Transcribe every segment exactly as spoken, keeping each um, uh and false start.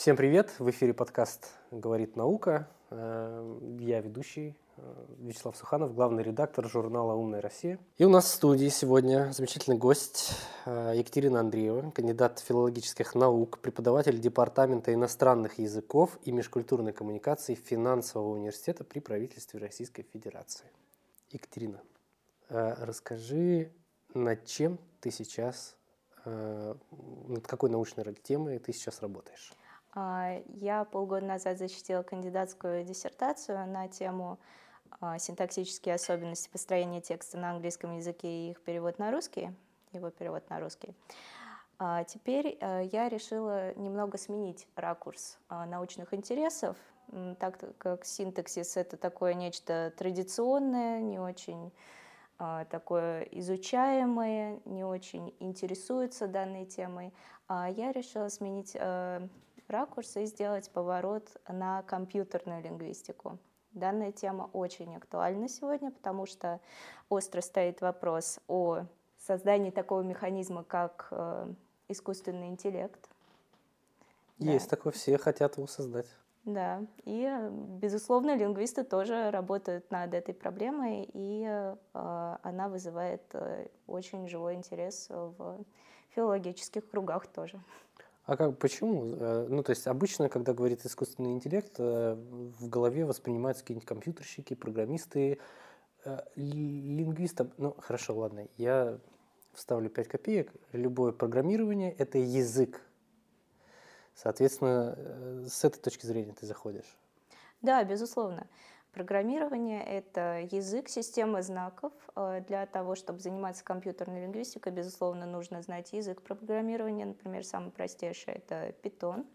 Всем привет! В эфире подкаст «Говорит наука». Я ведущий Вячеслав Суханов, главный редактор журнала «Умная Россия». И у нас в студии сегодня замечательный гость Екатерина Андреева, кандидат филологических наук, преподаватель Департамента иностранных языков и межкультурной коммуникации Финансового университета при правительстве Российской Федерации. Екатерина, расскажи, над чем ты сейчас, над какой научной темой ты сейчас работаешь? Я полгода назад защитила кандидатскую диссертацию на тему синтаксические особенности построения текста на английском языке и их перевод на русский, его перевод на русский. Теперь я решила немного сменить ракурс научных интересов, так как синтаксис — это такое нечто традиционное, не очень такое изучаемое, не очень интересуется данной темой. Я решила сменить ракурс и сделать поворот на компьютерную лингвистику. Данная тема очень актуальна сегодня, потому что остро стоит вопрос о создании такого механизма, как э, искусственный интеллект. Есть да. такое, все хотят его создать. Да, и, безусловно, лингвисты тоже работают над этой проблемой, и э, она вызывает э, очень живой интерес в филологических кругах тоже. А как, почему? Ну, то есть обычно, когда говорит искусственный интеллект, в голове воспринимаются какие-нибудь компьютерщики, программисты, лингвисты. Ну, хорошо, ладно, я вставлю пять копеек. Любое программирование – это язык. Соответственно, с этой точки зрения ты заходишь. Да, безусловно. Программирование — это язык, система знаков. Для того, чтобы заниматься компьютерной лингвистикой, безусловно, нужно знать язык программирования. Например, самый простейший — это Python.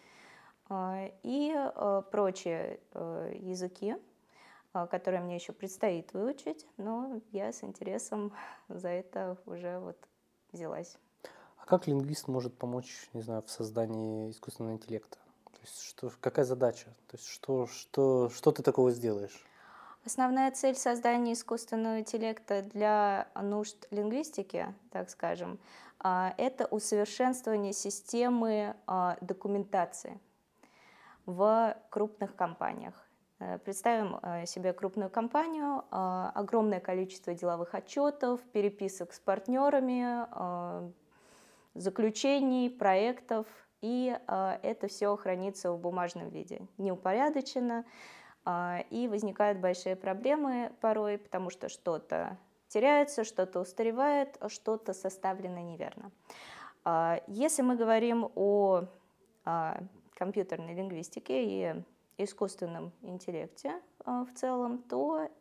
И прочие языки, которые мне еще предстоит выучить, но я с интересом за это уже вот взялась. А как лингвист может помочь, не знаю, в создании искусственного интеллекта? То есть что, какая задача? То есть что, что, что ты такого сделаешь? Основная цель создания искусственного интеллекта для нужд лингвистики, так скажем, это усовершенствование системы документации в крупных компаниях. Представим себе крупную компанию, огромное количество деловых отчетов, переписок с партнерами, заключений, проектов, и это все хранится в бумажном виде, неупорядоченно. И возникают большие проблемы порой, потому что что-то теряется, что-то устаревает, что-то составлено неверно. Если мы говорим о компьютерной лингвистике и искусственном интеллекте в целом, то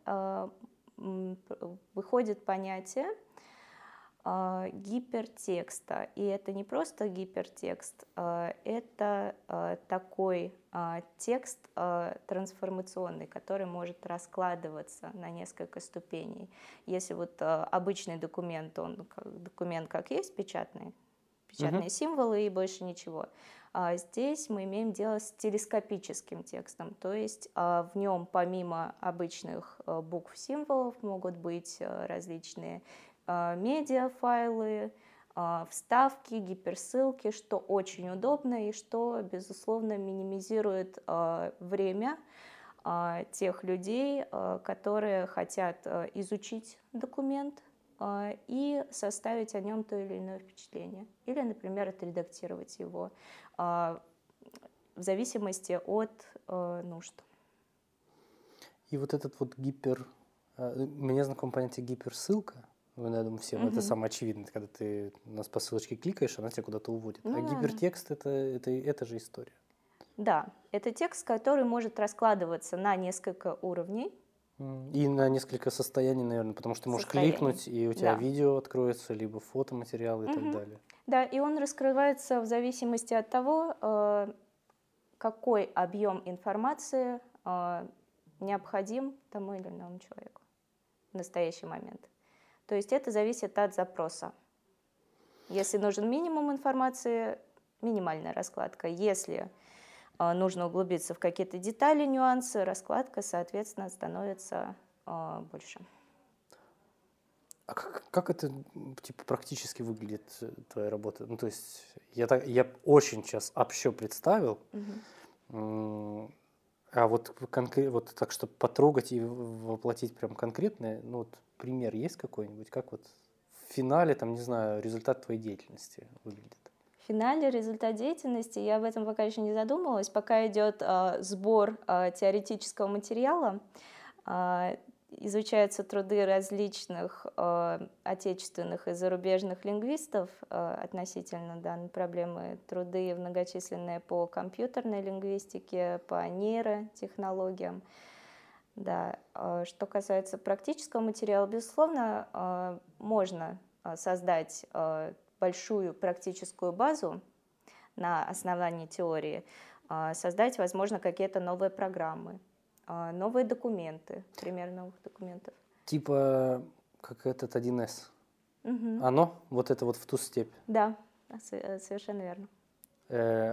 выходит понятие гипертекста. И это не просто гипертекст, это такой текст трансформационный, который может раскладываться на несколько ступеней. Если вот обычный документ, он документ как есть, печатный, печатные uh-huh. символы и больше ничего. А здесь мы имеем дело с телескопическим текстом, то есть в нем помимо обычных букв, символов могут быть различные медиафайлы, вставки, гиперссылки, что очень удобно и что, безусловно, минимизирует время тех людей, которые хотят изучить документ и составить о нем то или иное впечатление. Или, например, отредактировать его в зависимости от нужд. И вот этот вот гипер... Мне знакомо понятие гиперссылка. Вы, я думаю, всем. Угу. Это самое очевидное, когда ты нас по ссылочке кликаешь, она тебя куда-то уводит. Ну, а гипертекст это, это, это же история. Да, это текст, который может раскладываться на несколько уровней. И на несколько состояний, наверное, потому что ты можешь Состояние. кликнуть, и у тебя да. видео откроется, либо фотоматериалы и угу. так далее. Да, и он раскрывается в зависимости от того, какой объем информации необходим тому или иному человеку в настоящий момент. То есть это зависит от запроса. Если нужен минимум информации, минимальная раскладка. Если э, нужно углубиться в какие-то детали, нюансы, раскладка, соответственно, становится э, больше. А как, как это типа практически выглядит твоя работа? Ну, то есть я, так, я очень сейчас общо представил, Мгм. а вот, конкре- вот так, чтобы потрогать и воплотить прям конкретное, ну вот пример есть какой-нибудь? Как вот в финале, там, не знаю, результат твоей деятельности выглядит? В финале результат деятельности, я об этом пока еще не задумывалась, пока идет а, сбор а, теоретического материала, а, изучаются труды различных а, отечественных и зарубежных лингвистов а, относительно данной проблемы, труды многочисленные по компьютерной лингвистике, по нейротехнологиям. Да. а, Что касается практического материала, безусловно, а, можно а, создать а, большую практическую базу на основании теории, а, создать, возможно, какие-то новые программы, а, новые документы, пример новых документов. Типа как этот один эс. Мгм. Оно, вот это вот в ту степь. Да, а, со- э, совершенно верно. Э,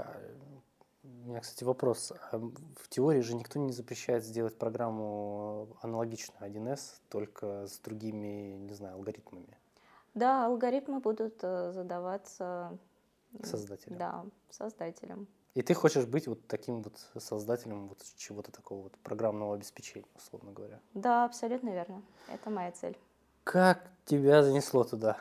У меня, кстати, вопрос. А в теории же никто не запрещает сделать программу аналогичную один эс, только с другими, не знаю, алгоритмами Да, алгоритмы будут э, задаваться, м, создателям. да, создателям. И ты хочешь быть вот таким вот создателем вот чего-то такого вот программного обеспечения, условно говоря. Да, абсолютно верно. Это моя цель. Как тебя занесло туда?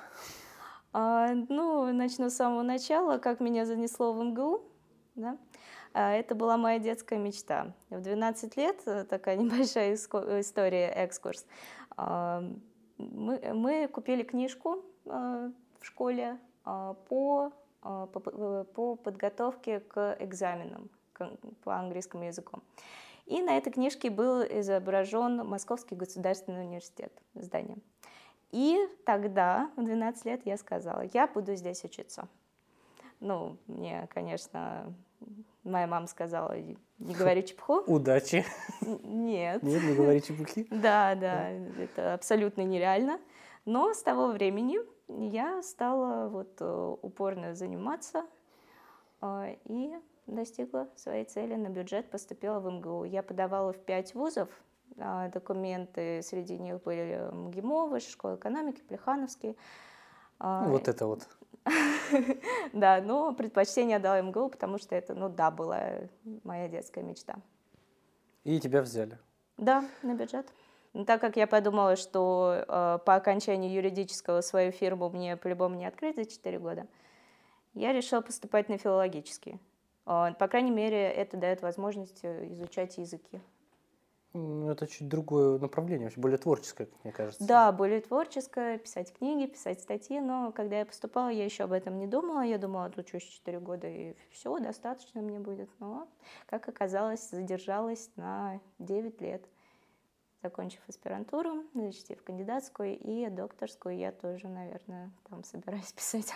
А, ну, начну с самого начала, как меня занесло в эм гэ у. Да? А, Это была моя детская мечта. В двенадцать лет, э, такая небольшая иско- история, экскурс, а, мы, мы купили книжку а, в школе а, по, а, по, по- по подготовке к экзаменам к- по английскому языку. И на этой книжке был изображен Московский государственный университет, здание. И тогда, в двенадцать лет, я сказала, я буду здесь учиться. Ну, мне, конечно, моя мама сказала, не говори чепуху. Удачи. Н- Нет. Нет, не говори чепухи. Да, да, это абсолютно нереально. Но с того времени я стала вот э, упорно заниматься э, и достигла своей цели. На бюджет поступила в эм гэ у. Я подавала в пять вузов а, документы, среди них были МГИМО, Высшая школа экономики, Плехановский. Ну, А, вот это вот. Да, но предпочтение отдала эм гэ у, потому что это, ну да, была моя детская мечта. И тебя взяли. Да, на бюджет. Но так как я подумала, что э, по окончании юридического свою фирму мне по-любому не открыть за четыре года, я решила поступать на филологический. Э, По крайней мере, это дает возможность э, изучать языки. Ну, это чуть другое направление, вообще более творческое, как мне кажется. Да, более творческое, писать книги, писать статьи, но когда я поступала, я еще об этом не думала. Я думала, отучусь четыре года, и все, достаточно мне будет. Но, как оказалось, задержалась на девять лет. Закончив аспирантуру, защитив кандидатскую и докторскую, я тоже, наверное, там собираюсь писать.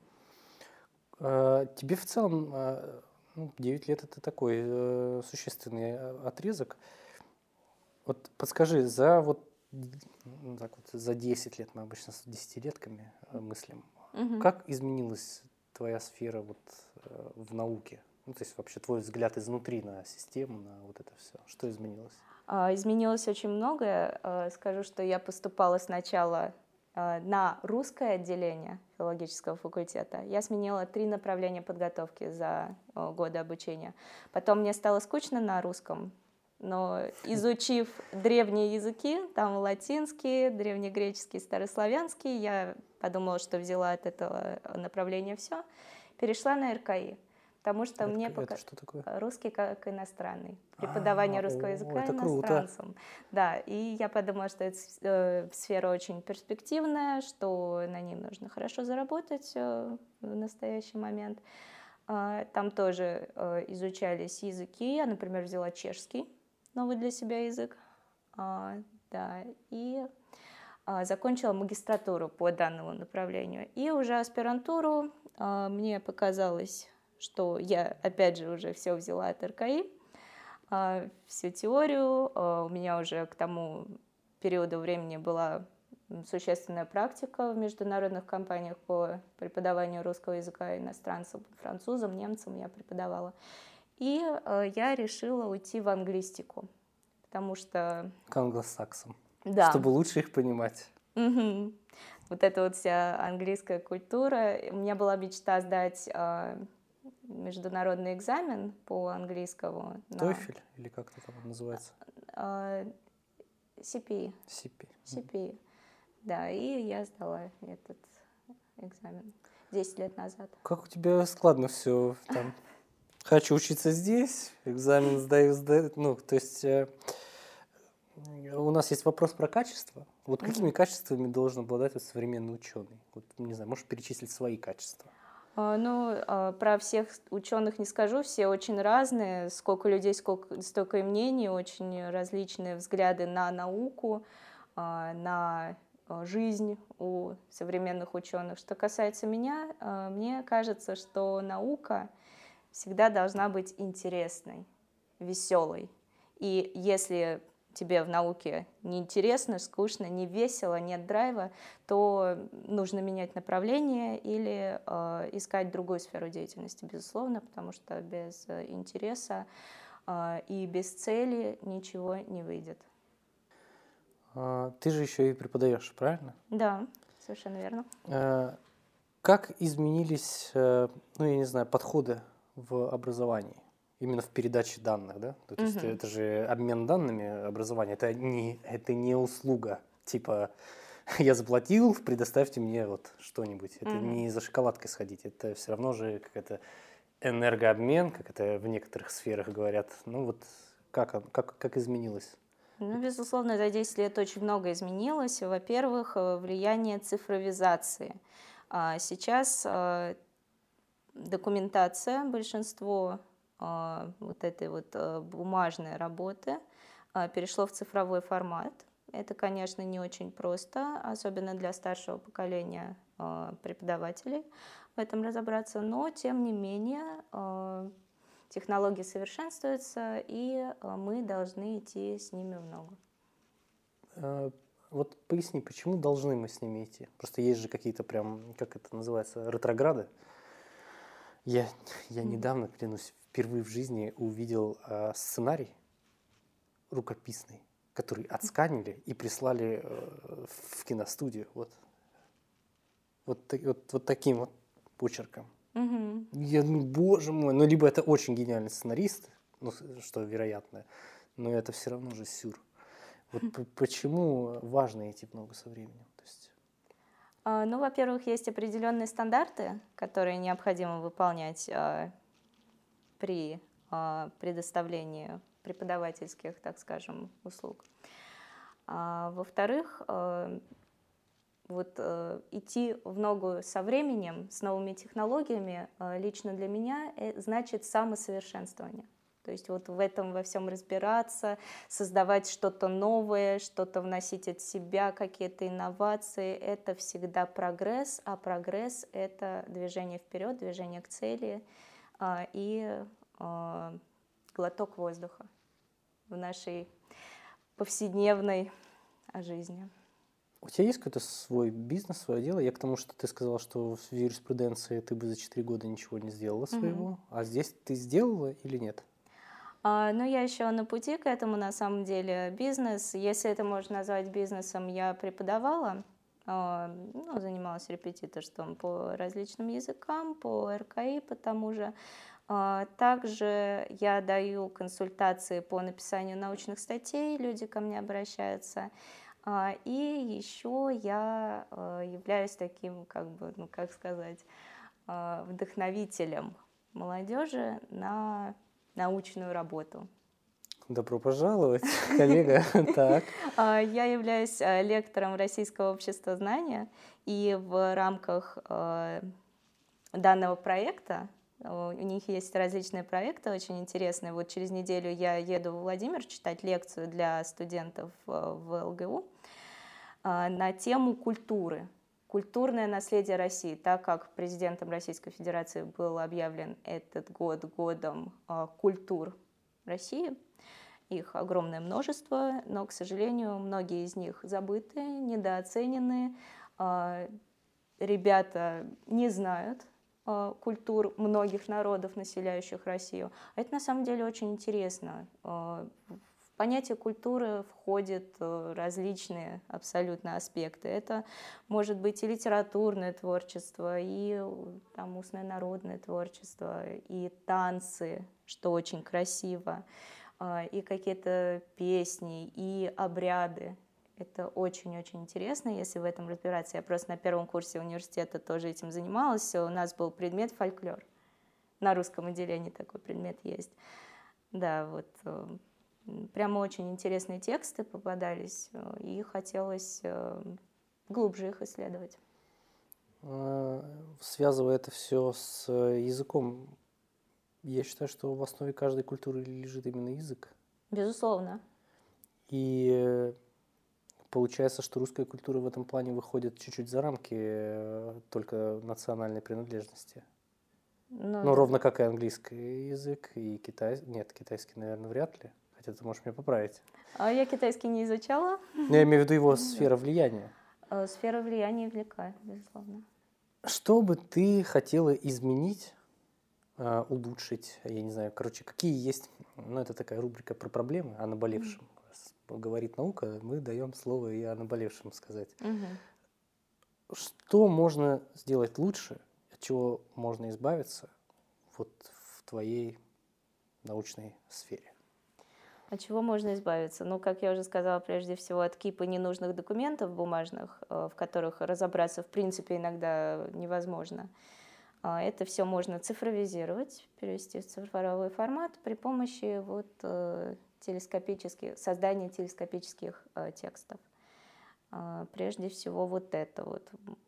А, тебе в целом а, ну, девять лет это такой э, существенный э, отрезок. Вот подскажи, за вот ну, так вот, за десять лет, мы обычно с десятилетками э, мыслим, Мгм. как изменилась твоя сфера вот э, в науке? Ну, то есть вообще твой взгляд изнутри на систему, на вот это все. Что изменилось? А, Изменилось очень многое. А, Скажу, что я поступала сначала а, на русское отделение филологического факультета. Я сменила три направления подготовки за а, годы обучения. Потом мне стало скучно на русском, но изучив древние языки, там латинский, древнегреческий, старославянский, я подумала, что взяла от этого направления все, перешла на эр ка и. Потому что мне Это, это пока что такое? русский как иностранный, преподавание А, русского о, языка это круто. иностранцам. Да, и я подумала, что эта э, сфера очень перспективная, что на ней нужно хорошо заработать э, в настоящий момент. А, Там тоже э, изучались языки. Я, например, взяла чешский, новый для себя язык. А, Да, и а, закончила магистратуру по данному направлению. И уже аспирантуру а, мне показалось, что я, опять же, уже все взяла от эр ка и, а, всю теорию. А, У меня уже к тому периоду времени была м, существенная практика в международных компаниях по преподаванию русского языка иностранцам, французам, немцам я преподавала. И э, я решила уйти в англистику, потому что, К англосаксам. да, Чтобы лучше их понимать. Мгм. Вот эта вот вся английская культура. У меня была мечта сдать а, международный экзамен по английскому на TOEFL или как это там называется? а, си пи, си пи. си пи. Да, и я сдала этот экзамен десять лет назад. Как у тебя складно все там? Хочу учиться здесь, экзамен сдаю, сдаю. Ну, то есть э, у нас есть вопрос про качество. Вот какими Мгм. качествами должен обладать вот современный ученый? Вот, не знаю, можешь перечислить свои качества? А, Ну, а, про всех ученых не скажу, все очень разные, сколько людей, сколько, столько и мнений, очень различные взгляды на науку, а, на а, жизнь у современных ученых. Что касается меня, а, мне кажется, что наука всегда должна быть интересной, веселой. И если тебе в науке неинтересно, скучно, не весело, нет драйва, то нужно менять направление или э, искать другую сферу деятельности, безусловно, потому что без э, интереса э, и без цели ничего не выйдет. А, ты же еще и преподаешь, правильно? Да, совершенно верно. А, как изменились, э, ну, я не знаю, подходы в образовании? Именно в передаче данных, да? То есть Мгм. это же обмен данными образования, это не, это не услуга, типа я заплатил, предоставьте мне вот что-нибудь. Это Мгм. не за шоколадкой сходить, это все равно же какая-то энергообмен, как это в некоторых сферах говорят. Ну вот как, он- как, как изменилось? Ну, безусловно, за десять лет очень много изменилось. Во-первых, э, влияние цифровизации. А Сейчас э, документация, большинство а, вот этой вот а, бумажной работы а, перешло в цифровой формат. Это, конечно, не очень просто, особенно для старшего поколения а, преподавателей в этом разобраться, но, тем не менее, а, технологии совершенствуются, и а, мы должны идти с ними в ногу. Э, Вот поясни, почему должны мы с ними идти? Просто есть же какие-то прям, как это называется, ретрограды. Я, я Мгм. недавно, клянусь, впервые в жизни увидел э, сценарий рукописный, который отсканили и прислали э, в киностудию. Вот, вот, та- вот, вот таким вот почерком. Мгм. Я думаю, боже мой, ну либо это очень гениальный сценарист, ну, с- что вероятно, но это все равно же сюр. Вот п- почему важно идти в ногу со временем? То есть, А, Ну, во-первых, есть определенные стандарты, которые необходимо выполнять а, при а, предоставлении преподавательских, так скажем, услуг. А, во-вторых, э, вот э, идти в ногу со временем, с новыми технологиями, э, лично для меня э, значит самосовершенствование. То есть вот в этом во всем разбираться, создавать что-то новое, что-то вносить от себя, какие-то инновации, это всегда прогресс, а прогресс — это движение вперед, движение к цели а, и а, глоток воздуха в нашей повседневной жизни. у тебя есть какой-то свой бизнес, свое дело? Я к тому, что ты сказала, что в юриспруденции ты бы за четыре года ничего не сделала Мгм. своего, а здесь ты сделала или нет? А, ну, я еще на пути к этому, на самом деле, бизнес. Если это можно назвать бизнесом, я преподавала, а, ну, занималась репетиторством по различным языкам, по эр ка и, по тому же. А, Также я даю консультации по написанию научных статей, люди ко мне обращаются. А, И еще я а, являюсь таким, как бы, ну, как сказать, а, вдохновителем молодежи на научную работу. Добро пожаловать, коллега. Так. А, Я являюсь а, лектором Российского общества знания, и в рамках а, данного проекта а, у них есть различные проекты очень интересные. Вот через неделю я еду в Владимир читать лекцию для студентов а, в эл гэ у а, на тему культуры. Культурное наследие России, так как президентом Российской Федерации был объявлен этот год годом а, культур России. Их огромное множество, но, к сожалению, многие из них забыты, недооценены. А, Ребята не знают а, культур многих народов, населяющих Россию. А это на самом деле очень интересно. А, В понятие культуры входят различные абсолютно аспекты. Это может быть и литературное творчество, и там, устное народное творчество, и танцы, что очень красиво, и какие-то песни, и обряды. Это очень-очень интересно, если в этом разбираться. Я просто на первом курсе университета тоже этим занималась. У нас был предмет фольклор. На русском отделении такой предмет есть. Да, вот прямо очень интересные тексты попадались, и хотелось глубже их исследовать. Связывая это все с языком, я считаю, что в основе каждой культуры лежит именно язык. Безусловно. И получается, что русская культура в этом плане выходит чуть-чуть за рамки только национальной принадлежности. Ну, ну да. Ровно как и английский язык, и китайский. Нет, китайский, наверное, вряд ли. Хотя ты можешь меня поправить. А я китайский не изучала. Но я имею в виду его сфера влияния. Сфера влияния велика, безусловно. Что бы ты хотела изменить, улучшить, я не знаю, короче, какие есть, ну, это такая рубрика про проблемы о наболевшем. Mm. Говорит наука, мы даем слово и о наболевшем сказать. Mm-hmm. Что можно сделать лучше, от чего можно избавиться вот в твоей научной сфере? От чего можно избавиться? Ну, как я уже сказала, прежде всего, от кипа ненужных документов бумажных, в которых разобраться, в принципе, иногда невозможно. Это все можно цифровизировать, перевести в цифровой формат при помощи вот, телескопических, создания телескопических текстов. Прежде всего, вот это вот.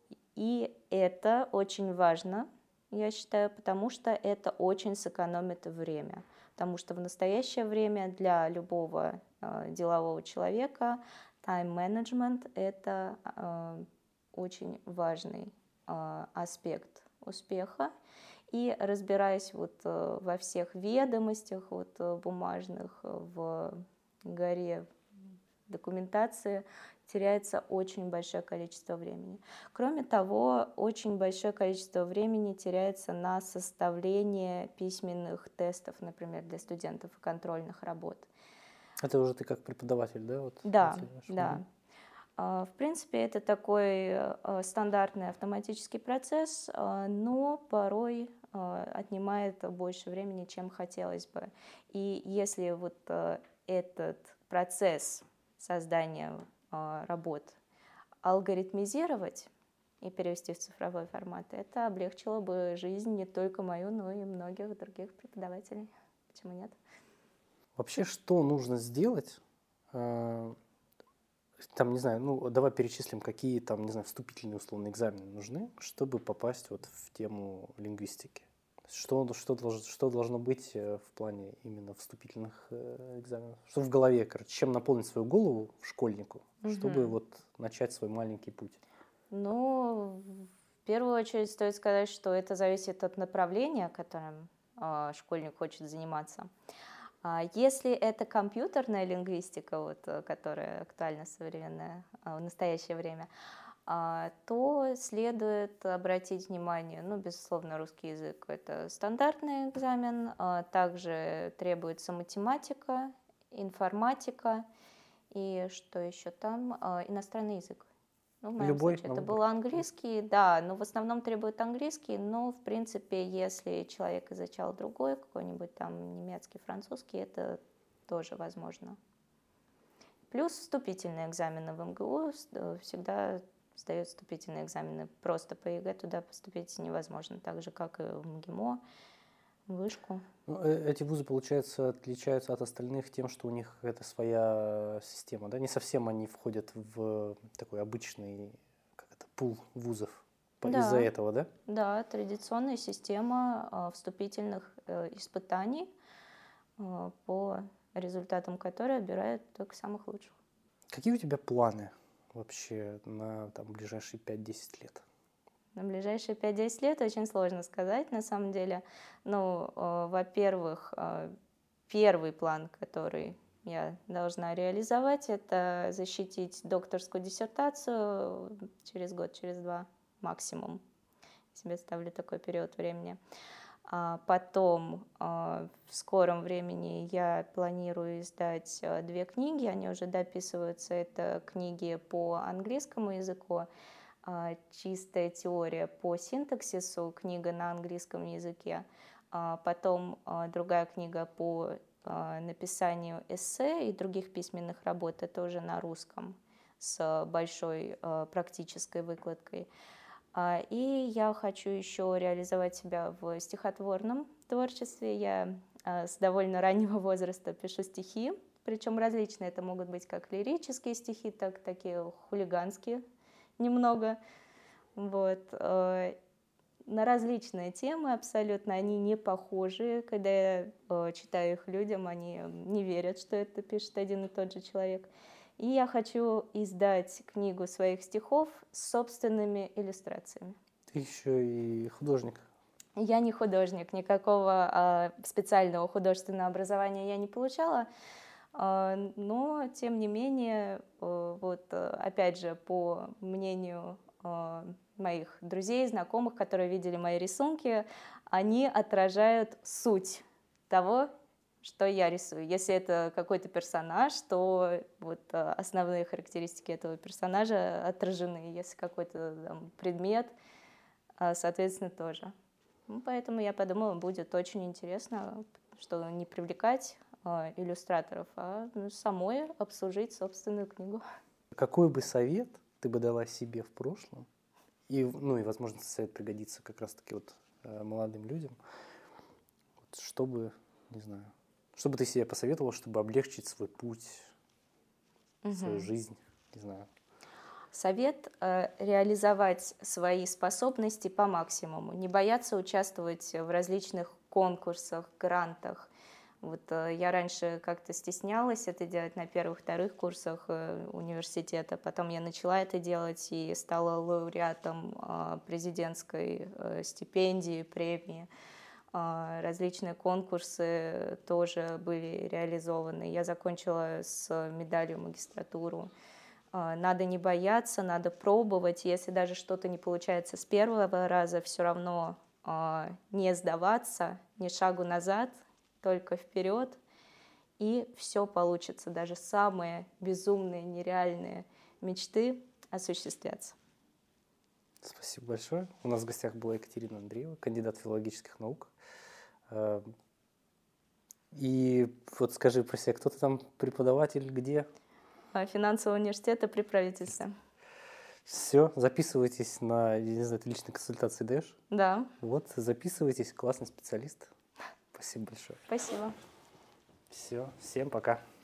И это очень важно, я считаю, потому что это очень сэкономит время. Потому что в настоящее время для любого э, делового человека тайм-менеджмент – это э, очень важный э, аспект успеха. И разбираясь вот, э, во всех ведомостях вот, э, бумажных, в горе документации, теряется очень большое количество времени. Кроме того, очень большое количество времени теряется на составление письменных тестов, например, для студентов и контрольных работ. Это уже ты как преподаватель, да? Вот, да, да. В принципе, это такой стандартный автоматический процесс, но порой отнимает больше времени, чем хотелось бы. И если вот этот процесс создания работ алгоритмизировать и перевести в цифровой формат, это облегчило бы жизнь не только мою, но и многих других преподавателей. Почему нет? Вообще, что нужно сделать? Там, не знаю, ну, давай перечислим, какие там, не знаю, вступительные условные экзамены нужны, чтобы попасть вот в тему лингвистики. Что, что, должно, что должно быть в плане именно вступительных экзаменов? Что в голове, короче, чем наполнить свою голову школьнику, угу. чтобы вот начать свой маленький путь? Ну, в первую очередь стоит сказать, что это зависит от направления, которым э, школьник хочет заниматься. А если это компьютерная лингвистика, вот, которая актуальна в современное, в настоящее время, то следует обратить внимание, ну, безусловно, русский язык – это стандартный экзамен, также требуется математика, информатика и что еще там, иностранный язык. Ну, в моем Любой, случае это был английский, да, но в основном требует английский, но, в принципе, если человек изучал другой, какой-нибудь там немецкий, французский, это тоже возможно. Плюс вступительные экзамены в эм гэ у всегда сдают вступительные экзамены. Просто по ЕГЭ туда поступить невозможно, так же, как и в эм гэ эм о, вышку. Ну, эти вузы, получается, отличаются от остальных тем, что у них это своя система, да? Не совсем они входят в такой обычный, как это, пул вузов да. из-за этого, да? Да, традиционная система э, вступительных э, испытаний, э, по результатам которой отбирают только самых лучших. Какие у тебя планы вообще на там, ближайшие пять-десять лет? На ближайшие пять-десять лет очень сложно сказать, на самом деле. Ну, э, во-первых, э, первый план, который я должна реализовать, это защитить докторскую диссертацию через год, через два максимум. Себе ставлю такой период времени. А потом а, в скором времени я планирую издать а, две книги, они уже дописываются. Это книги по английскому языку, а, чистая теория по синтаксису, книга на английском языке. А потом а, другая книга по а, написанию эссе и других письменных работ, это уже на русском, с большой а, практической выкладкой. А, И я хочу еще реализовать себя в стихотворном творчестве. Я а, с довольно раннего возраста пишу стихи, причем различные. Это могут быть как лирические стихи, так такие хулиганские немного. Вот. э, На различные темы абсолютно, они не похожи. Когда я э, читаю их людям, они не верят, что это пишет один и тот же человек. И я хочу издать книгу своих стихов с собственными иллюстрациями. Ты еще и художник. Я не художник, никакого а, специального художественного образования я не получала, а, но, тем не менее, а, вот, а, опять же, по мнению а, моих друзей, знакомых, которые видели мои рисунки, они отражают суть того, что я рисую. Если это какой-то персонаж, то вот а, основные характеристики этого персонажа отражены. Если какой-то там предмет, а, соответственно, тоже. Ну, поэтому я подумала, будет очень интересно, что не привлекать а, иллюстраторов, а ну, самой обслужить собственную книгу. Какой бы совет ты бы дала себе в прошлом, и, ну и, возможно, этот совет пригодится как раз-таки вот э, молодым людям, вот, чтобы, не знаю, что бы ты себе посоветовала, чтобы облегчить свой путь, свою Мгм. жизнь, не знаю. Совет э, реализовать свои способности по максимуму, не бояться участвовать в различных конкурсах, грантах. Вот э, я раньше как-то стеснялась это делать на первых-вторых курсах э, университета, потом я начала это делать и стала лауреатом э, президентской э, стипендии, премии. А, Различные конкурсы тоже были реализованы. Я закончила с медалью магистратуру. А, Надо не бояться, надо пробовать. Если даже что-то не получается с первого раза, все равно а, не сдаваться, ни шагу назад, только вперед, и все получится. Даже самые безумные, нереальные мечты осуществятся. Спасибо большое. У нас в гостях была Екатерина Андреева, кандидат филологических наук. Э, И вот скажи про себя, кто ты там преподаватель, где? А, Финансового университета при правительстве. Все, записывайтесь на, я не знаю, ты личные консультации даешь? Да, Вот, записывайтесь, классный специалист. Спасибо большое. спасибо. Все, всем пока.